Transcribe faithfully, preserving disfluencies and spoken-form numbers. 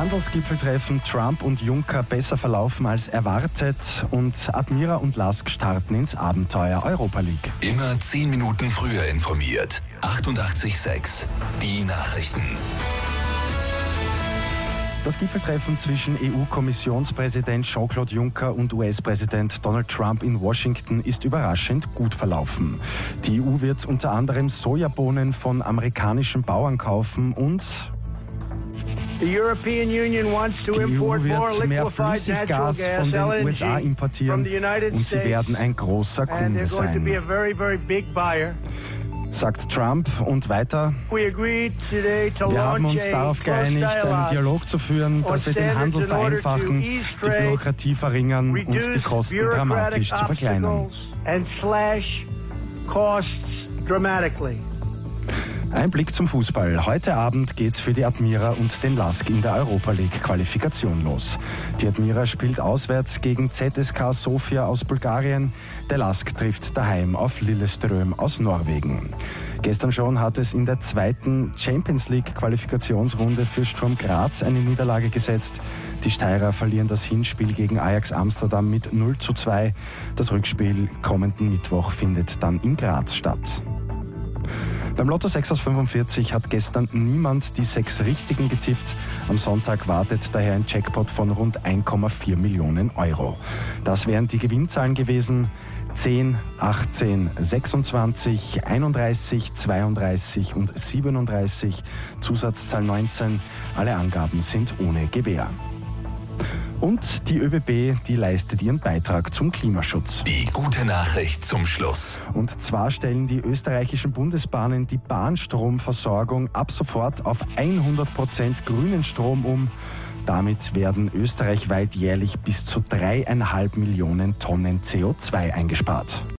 Handelsgipfeltreffen Trump und Juncker besser verlaufen als erwartet und Admira und Lask starten ins Abenteuer Europa League. Immer zehn Minuten früher informiert. achtundachtzig Komma sechs. Die Nachrichten. Das Gipfeltreffen zwischen E U-Kommissionspräsident Jean-Claude Juncker und U S-Präsident Donald Trump in Washington ist überraschend gut verlaufen. Die E U wird unter anderem Sojabohnen von amerikanischen Bauern kaufen und Die E U wird mehr Flüssiggas von den U S A importieren und sie werden ein großer Kunde sein, sagt Trump. Und weiter: Wir haben uns darauf geeinigt, einen Dialog zu führen, dass wir den Handel vereinfachen, die Bürokratie verringern und die Kosten dramatisch zu verkleinern. Ein Blick zum Fußball. Heute Abend geht's für die Admira und den Lask in der Europa League Qualifikation los. Die Admira spielt auswärts gegen Z S K Sofia aus Bulgarien. Der Lask trifft daheim auf Lillestrøm aus Norwegen. Gestern schon hat es in der zweiten Champions League Qualifikationsrunde für Sturm Graz eine Niederlage gesetzt. Die Steirer verlieren das Hinspiel gegen Ajax Amsterdam mit null zu zwei. Das Rückspiel kommenden Mittwoch findet dann in Graz statt. Beim Lotto sechs aus fünfundvierzig hat gestern niemand die sechs Richtigen getippt. Am Sonntag wartet daher ein Jackpot von rund eins Komma vier Millionen Euro. Das wären die Gewinnzahlen gewesen: zehn, achtzehn, sechsundzwanzig, einunddreißig, zweiunddreißig und siebenunddreißig, Zusatzzahl neunzehn. Alle Angaben sind ohne Gewähr. Und die ÖBB, die leistet ihren Beitrag zum Klimaschutz. Die gute Nachricht zum Schluss. Und zwar stellen die österreichischen Bundesbahnen die Bahnstromversorgung ab sofort auf hundert Prozent grünen Strom um. Damit werden österreichweit jährlich bis zu dreieinhalb Millionen Tonnen C O zwei eingespart.